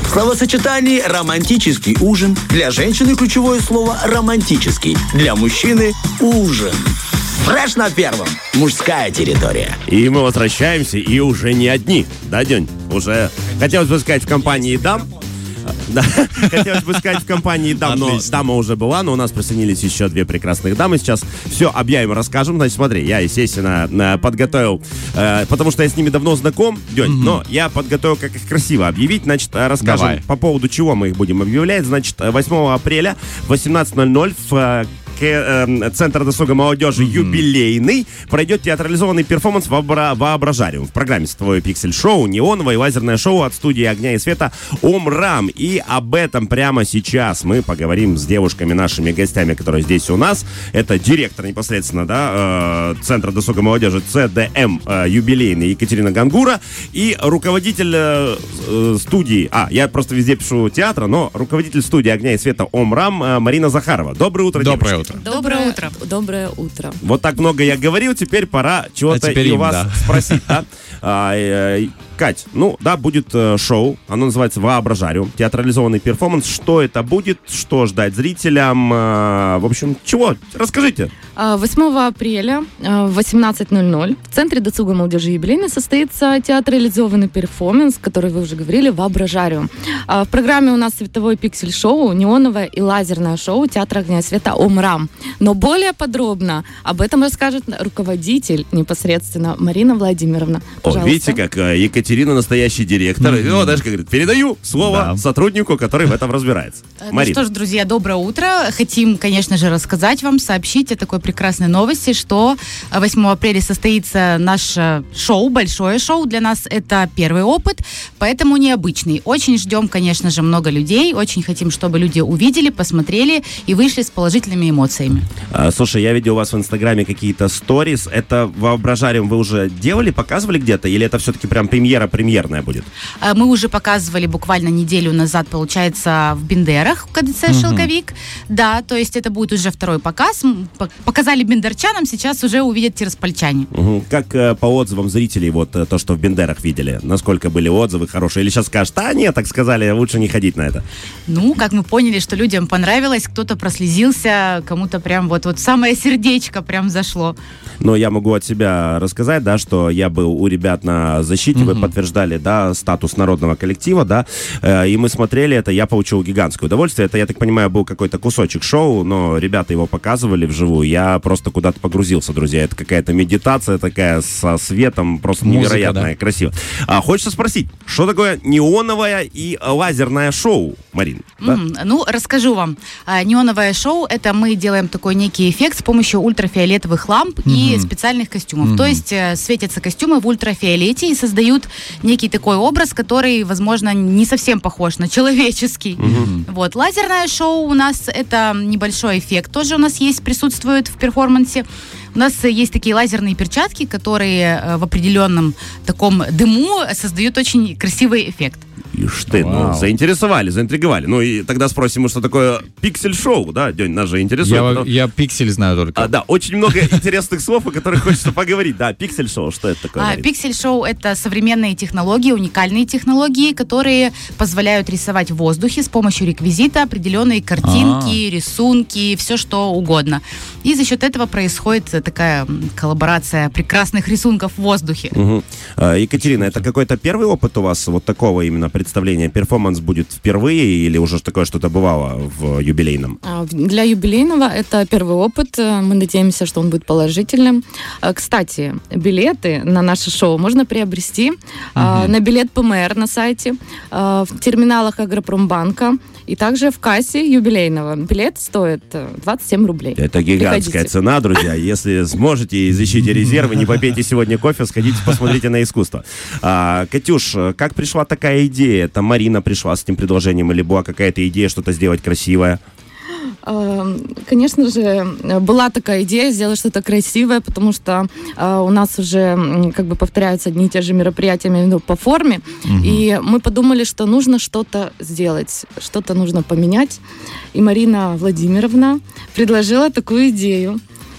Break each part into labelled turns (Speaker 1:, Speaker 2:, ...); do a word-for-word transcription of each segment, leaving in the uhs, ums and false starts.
Speaker 1: В словосочетании «романтический ужин» для женщины ключевое слово «романтический», для мужчины «ужин». Фреш на первом. Мужская территория.
Speaker 2: И мы возвращаемся, и уже не одни. Да, День? Уже хотелось бы сказать в компании дам. Да, хотелось бы сказать в компании дам, но дама уже была, но у нас присоединились еще две прекрасных дамы. Сейчас все объявим, расскажем. Значит, смотри, я, естественно, подготовил, э, потому что я с ними давно знаком, День, mm-hmm. но я подготовил, как их красиво объявить. Значит, расскажем, Давай. по поводу чего мы их будем объявлять. Значит, восьмого апреля в восемнадцать ноль ноль в Центр досуга молодежи mm-hmm. юбилейный пройдет театрализованный перформанс вообра- «Воображариум». В программе световое пиксель-шоу, неоновое и лазерное шоу от студии «Огня и света» Омрам. И об этом прямо сейчас мы поговорим с девушками, нашими гостями, которые здесь у нас. Это директор непосредственно, да, э, Центра досуга молодежи Цэ Дэ Эм э, юбилейный Екатерина Гангура и руководитель э, э, студии, а, я просто везде пишу театра, но руководитель студии «Огня и света» Омрам э, Марина Захарова. Доброе утро,
Speaker 3: Доброе
Speaker 2: девушки.
Speaker 3: утро.
Speaker 4: Доброе утро.
Speaker 5: Доброе утро.
Speaker 2: Вот так много я говорил, теперь пора чего-то
Speaker 3: а теперь
Speaker 2: и у
Speaker 3: им,
Speaker 2: вас
Speaker 3: да.
Speaker 2: спросить. Да? А, э, Кать, ну да, будет э, шоу, оно называется «Воображариум», театрализованный перформанс. Что это будет, что ждать зрителям, э, в общем, чего? Расскажите.
Speaker 5: восьмого апреля в восемнадцать ноль ноль в Центре досуга молодежи юбилейный состоится театрализованный перформанс, который вы уже говорили, «Воображариум». В программе у нас световое пиксель-шоу, неоновое и лазерное шоу Театра огня и света Омрам. Но более подробно об этом расскажет руководитель непосредственно Марина Владимировна. Пожалуйста.
Speaker 2: О, видите, как Екатерина настоящий директор. Mm-hmm. О, даже, как говорит, передаю слово да. сотруднику, который в этом разбирается.
Speaker 4: Ну
Speaker 2: Марина.
Speaker 4: что ж, друзья, доброе утро. Хотим, конечно же, рассказать вам, сообщить о такой прекрасной новости, что восьмого апреля состоится наше шоу, большое шоу. Для нас это первый опыт, поэтому необычный. Очень ждем, конечно же, много людей. Очень хотим, чтобы люди увидели, посмотрели и вышли с положительными эмоциями.
Speaker 2: А, слушай, я видел у вас в Инстаграме какие-то сторис. Это «Воображариум» вы уже делали, показывали где-то? Или это все-таки прям премьера, премьерная будет?
Speaker 4: Мы уже показывали буквально неделю назад, получается, в Бендерах, в ка дэ цэ «Шелковик». Да, то есть это будет уже второй показ. Показали бендерчанам, сейчас уже увидят тираспольчане.
Speaker 2: Угу. Как э, по отзывам зрителей, вот э, то, что в Бендерах видели? Насколько были отзывы хорошие? Или сейчас скажут, а нет, так сказали, лучше не ходить на это?
Speaker 4: Ну, как мы поняли, что людям понравилось, кто-то прослезился, кому-то прям вот, вот самое сердечко прям зашло.
Speaker 2: Но я могу от себя рассказать, да, что я был у ребят на защите, mm-hmm. вы подтверждали, да, статус народного коллектива, да, э, и мы смотрели это, я получил гигантское удовольствие. Это, я так понимаю, был какой-то кусочек шоу, но ребята его показывали вживую, я просто куда-то погрузился, друзья. Это какая-то медитация такая со светом, просто музыка, невероятная, да. красиво. А, хочется спросить, что такое неоновое и лазерное шоу, Марин? Да?
Speaker 4: Mm, ну, расскажу вам. А, неоновое шоу — это мы делаем такой некий эффект с помощью ультрафиолетовых ламп mm-hmm. и специальных костюмов. Mm-hmm. То есть э, светятся костюмы в ультрафиолете и создают некий такой образ, который, возможно, не совсем похож на человеческий. Mm-hmm. Вот. Лазерное шоу у нас — это небольшой эффект. Тоже у нас есть, присутствует в перформансе. У нас есть такие лазерные перчатки, которые в определенном таком дыму создают очень красивый эффект.
Speaker 2: Ишь ты, Вау. ну, заинтересовали, заинтриговали. Ну, и тогда спросим, что такое пиксель-шоу, да, День, нас же интересует.
Speaker 3: Я,
Speaker 2: потому...
Speaker 3: я пиксель знаю только.
Speaker 2: А, да, очень много интересных слов, о которых хочется поговорить. Да, пиксель-шоу, что это такое?
Speaker 4: А, пиксель-шоу — это современные технологии, уникальные технологии, которые позволяют рисовать в воздухе с помощью реквизита определенные картинки, А-а-а. рисунки, все что угодно. И за счет этого происходит такая коллаборация прекрасных рисунков в воздухе.
Speaker 2: Угу. А, Екатерина, это какой-то первый опыт у вас вот такого именно представления? Перформанс будет впервые или уже такое что-то бывало в юбилейном?
Speaker 5: Для юбилейного это первый опыт. Мы надеемся, что он будет положительным. Кстати, билеты на наше шоу можно приобрести угу. на билет пэ эм эр на сайте, в терминалах Агропромбанка и также в кассе юбилейного. Билет стоит двадцать семь рублей.
Speaker 2: Это гигантская Приходите. цена, друзья. Если сможете, изыщите резервы, не попейте сегодня кофе, сходите, посмотрите на искусство. А, Катюш, как пришла такая идея? Это Марина пришла с этим предложением или была какая-то идея что-то сделать красивое?
Speaker 5: Конечно же, была такая идея сделать что-то красивое, потому что э, у нас уже как бы повторяются одни и те же мероприятия, имею в виду по форме, угу. и мы подумали, что нужно что-то сделать, что-то нужно поменять, и Марина Владимировна предложила такую идею.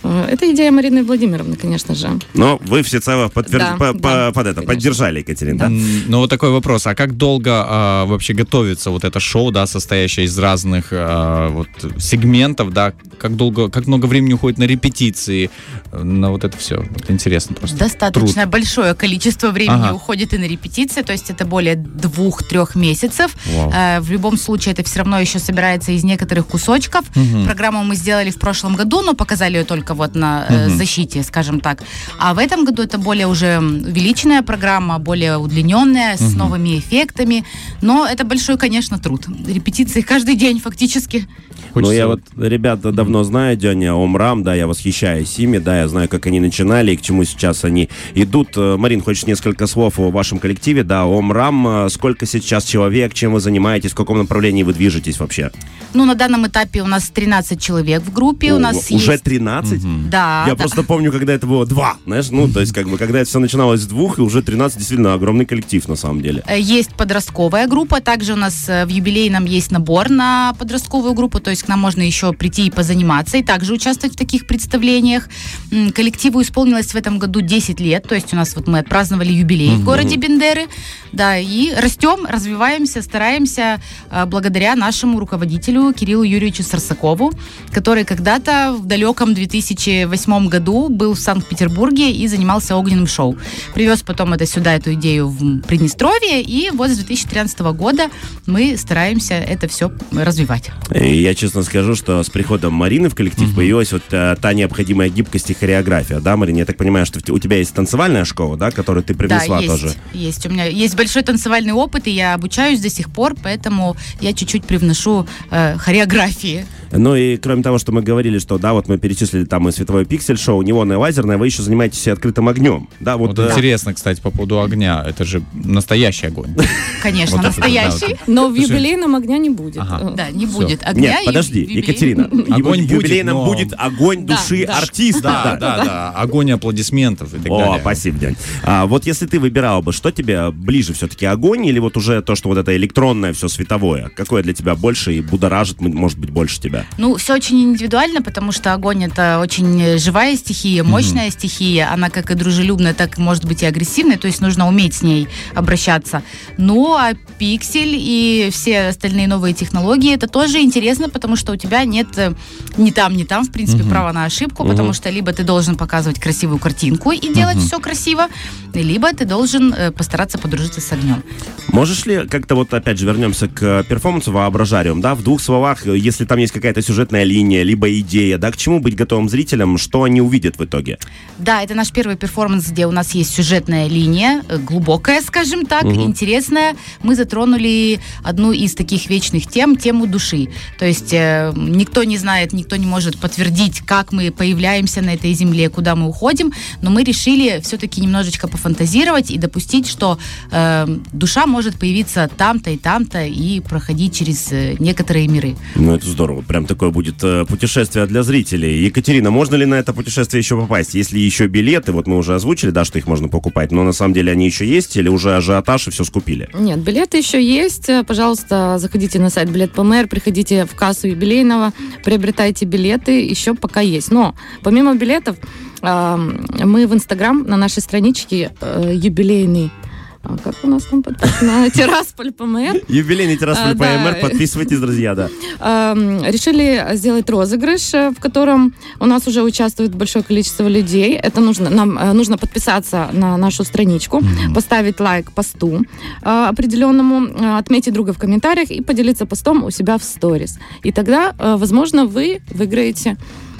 Speaker 5: Это идея Марины Владимировны, конечно же.
Speaker 2: Но вы всецело подтвер...
Speaker 5: да,
Speaker 2: по,
Speaker 5: да,
Speaker 2: под это, поддержали, Екатерина, да?
Speaker 3: Ну, вот такой вопрос. А как долго а, вообще готовится вот это шоу, да, состоящее из разных а, вот, сегментов, да? Как долго, как много времени уходит на репетиции, на вот это все? Вот интересно просто.
Speaker 4: Достаточно
Speaker 3: Труд.
Speaker 4: большое количество времени
Speaker 3: Ага.
Speaker 4: уходит и на репетиции, то есть это более двух-трех месяцев.
Speaker 3: Вау.
Speaker 4: Э, в любом случае это все равно еще собирается из некоторых кусочков.
Speaker 3: Мгм.
Speaker 4: Программу мы сделали в прошлом году, но показали ее только вот на э,
Speaker 3: Мгм.
Speaker 4: защите, скажем так. А в этом году это более уже увеличенная программа, более удлиненная, с
Speaker 3: Мгм.
Speaker 4: новыми эффектами. Но это большой, конечно, труд. Репетиции каждый день фактически.
Speaker 2: Ну,
Speaker 3: Хочется
Speaker 2: я
Speaker 3: вот-
Speaker 2: вот ребята давно знаю, Дёня, Омрам, да, я восхищаюсь ими, да, я знаю, как они начинали и к чему сейчас они идут. Э, Марин, хочешь несколько слов о вашем коллективе, да, Омрам, э, сколько сейчас человек, чем вы занимаетесь, в каком направлении вы движетесь вообще?
Speaker 4: Ну, на данном этапе у нас тринадцать человек в группе. У
Speaker 2: О,
Speaker 4: нас
Speaker 2: уже
Speaker 4: есть...
Speaker 2: тринадцать?
Speaker 4: Да,
Speaker 2: Я
Speaker 4: да.
Speaker 2: просто помню, когда это было два, знаешь, ну, то есть, как бы, когда это все начиналось с двух, и уже тринадцать действительно огромный коллектив, на самом деле.
Speaker 4: Э, Есть подростковая группа, также у нас э, в юбилейном есть набор на подростковую группу, то есть к нам можно еще прийти и позаниматься, и также участвовать в таких представлениях. М, Коллективу исполнилось в этом году десять лет, то есть у нас вот мы отпраздновали юбилей в городе Бендеры, да, и растем, развиваемся, стараемся э, благодаря нашему руководителю Кириллу Юрьевичу Сарсакову, который когда-то в далеком две тысячи восьмом году был в Санкт-Петербурге и занимался огненным шоу. Привез потом это сюда, эту идею в Приднестровье, и вот с две тысячи тринадцатого года мы стараемся это все развивать.
Speaker 2: И я честно скажу, что с приходом Марины в коллектив появилась вот э, та необходимая гибкость и хореография, да, Марина? Я так понимаю, что в те- у тебя есть танцевальная школа, да, которую ты привнесла
Speaker 4: да, есть,
Speaker 2: тоже?
Speaker 4: есть. У меня есть большой танцевальный опыт, и я обучаюсь до сих пор, поэтому я чуть-чуть привношу э, хореографии.
Speaker 2: Ну и кроме того, что мы говорили, что, да, вот мы перечислили там и световой пиксель-шоу, неоновое лазерное, вы еще занимаетесь и открытым огнем, да, вот...
Speaker 3: Вот
Speaker 2: э,
Speaker 3: интересно, кстати, по поводу огня. Это же настоящий огонь.
Speaker 4: Конечно,
Speaker 3: Вот это да,
Speaker 4: настоящий.
Speaker 3: вот
Speaker 5: Но в
Speaker 3: Слушай.
Speaker 5: юбилейном огня не будет.
Speaker 3: Ага.
Speaker 5: Э,
Speaker 4: Да, не
Speaker 3: Всё.
Speaker 4: будет огня.
Speaker 2: Нет,
Speaker 4: и
Speaker 2: подожди,
Speaker 4: юбилей.
Speaker 2: Екатерина,
Speaker 3: Огонь
Speaker 2: ю-
Speaker 3: будет,
Speaker 2: юбилейном
Speaker 3: но-
Speaker 2: будет огонь
Speaker 4: Да,
Speaker 2: души
Speaker 4: да.
Speaker 2: артиста.
Speaker 3: Да, да, да. Огонь аплодисментов и так
Speaker 2: О,
Speaker 3: далее.
Speaker 2: спасибо, Дянь. А, вот если ты выбирала бы, что тебе ближе все-таки, огонь или вот уже то, что вот это электронное все световое? Какое для тебя больше и будоражит, м- может быть, больше тебя?
Speaker 4: Ну, все очень индивидуально, потому что огонь — это очень живая стихия, мощная стихия. Она как и дружелюбная, так и может быть и агрессивная, то есть нужно уметь с ней обращаться. Ну, а пиксель и все остальные новые технологии — это тоже интересно, потому что у тебя нет э, ни там, ни там, в принципе, права на ошибку, потому что либо ты должен показывать красивую картинку и делать все красиво, либо ты должен э, постараться подружиться с огнем.
Speaker 2: Можешь ли, как-то вот опять же вернемся к э, перформансу Воображариум, да, в двух словах, э, если там есть какая-то сюжетная линия, либо идея, да, к чему быть готовым зрителям, что они увидят в итоге?
Speaker 4: Да, это наш первый перформанс, где у нас есть сюжетная линия, э, глубокая, скажем так, интересная. Мы затронули одну из таких вечных тем, тему души. То есть э, никто не знает, никто не может подтвердить, как мы появляемся на этой земле, куда мы уходим, но мы решили все-таки немножечко пофантазировать и допустить, что э, душа может появиться там-то и там-то и проходить через э, некоторые миры.
Speaker 2: Ну, это здорово. Прям такое будет э, путешествие для зрителей. Екатерина, можно ли на это путешествие еще попасть? Если еще билеты, вот мы уже озвучили, да, что их можно покупать, но на самом деле они еще есть или уже ажиотаж и все скупили?
Speaker 5: Нет, билеты еще есть. Пожалуйста, заходите на сайт Билет ПМР, приходите в кассу юбилейного, приобретайте билеты, еще пока есть. Но помимо билетов, э, мы в Инстаграм на нашей страничке э, юбилейный, а как у нас там подписано? Тирасполь ПМР.
Speaker 2: Юбилейный Тирасполь
Speaker 5: А, да.
Speaker 2: ПМР, подписывайтесь, друзья, да.
Speaker 5: Эм, решили сделать розыгрыш, э, в котором у нас уже участвует большое количество людей. Это нужно, нам э, нужно подписаться на нашу страничку, поставить лайк посту э, определенному, э, отметить друга в комментариях и поделиться постом у себя в сторис. И тогда, э, возможно, вы выиграете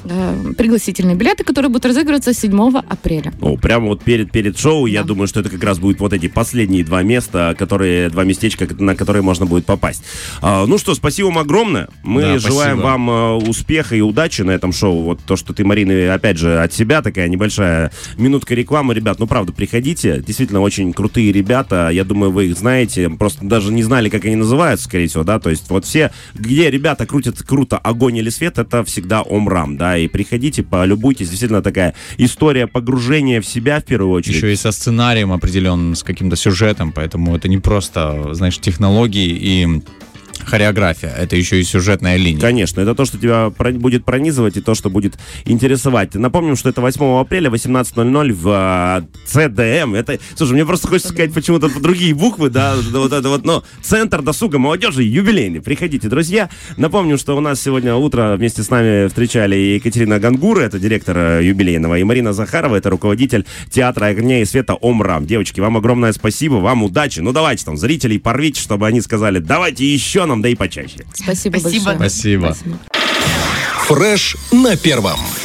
Speaker 5: э, пригласительные билеты, которые будут разыгрываться седьмого апреля.
Speaker 2: О, прямо вот перед, перед шоу, я
Speaker 5: Да.
Speaker 2: думаю, что это как раз будут вот эти последние два места, которые, два местечка, на которые можно будет попасть. А, ну что, спасибо вам огромное. Мы
Speaker 3: Да,
Speaker 2: желаем
Speaker 3: спасибо.
Speaker 2: вам а, успеха и удачи на этом шоу. Вот то, что ты, Марина, опять же, от себя такая небольшая минутка рекламы. Ребят, ну правда, приходите. Действительно, очень крутые ребята. Я думаю, вы их знаете. Просто даже не знали, как они называются, скорее всего, да. То есть вот все, где ребята крутят круто огонь или свет, это всегда Омрам, да. И приходите, полюбуйтесь. Действительно такая история погружения в себя в первую очередь.
Speaker 3: Еще и со сценарием определенным, с каким-то сюжетом, поэтому это не просто, знаешь, технологии и хореография, это еще и сюжетная линия.
Speaker 2: Конечно, это то, что тебя про- будет пронизывать и то, что будет интересовать. Напомним, что это восьмого апреля, восемнадцать ноль ноль в э, цэ дэ эм. Это, слушай, мне просто хочется сказать почему-то другие буквы, да, вот это вот, но Центр досуга молодежи юбилейный. Приходите, друзья. Напомним, что у нас сегодня утро вместе с нами встречали Екатерина Гангура, это директор юбилейного, и Марина Захарова, это руководитель театра огня и света Омрам. Девочки, вам огромное спасибо, вам удачи. Ну, давайте там зрителей порвите, чтобы они сказали, давайте еще нам, да и почаще.
Speaker 5: Спасибо,
Speaker 4: Спасибо.
Speaker 5: большое.
Speaker 3: Спасибо.
Speaker 5: Спасибо.
Speaker 6: Фреш на первом.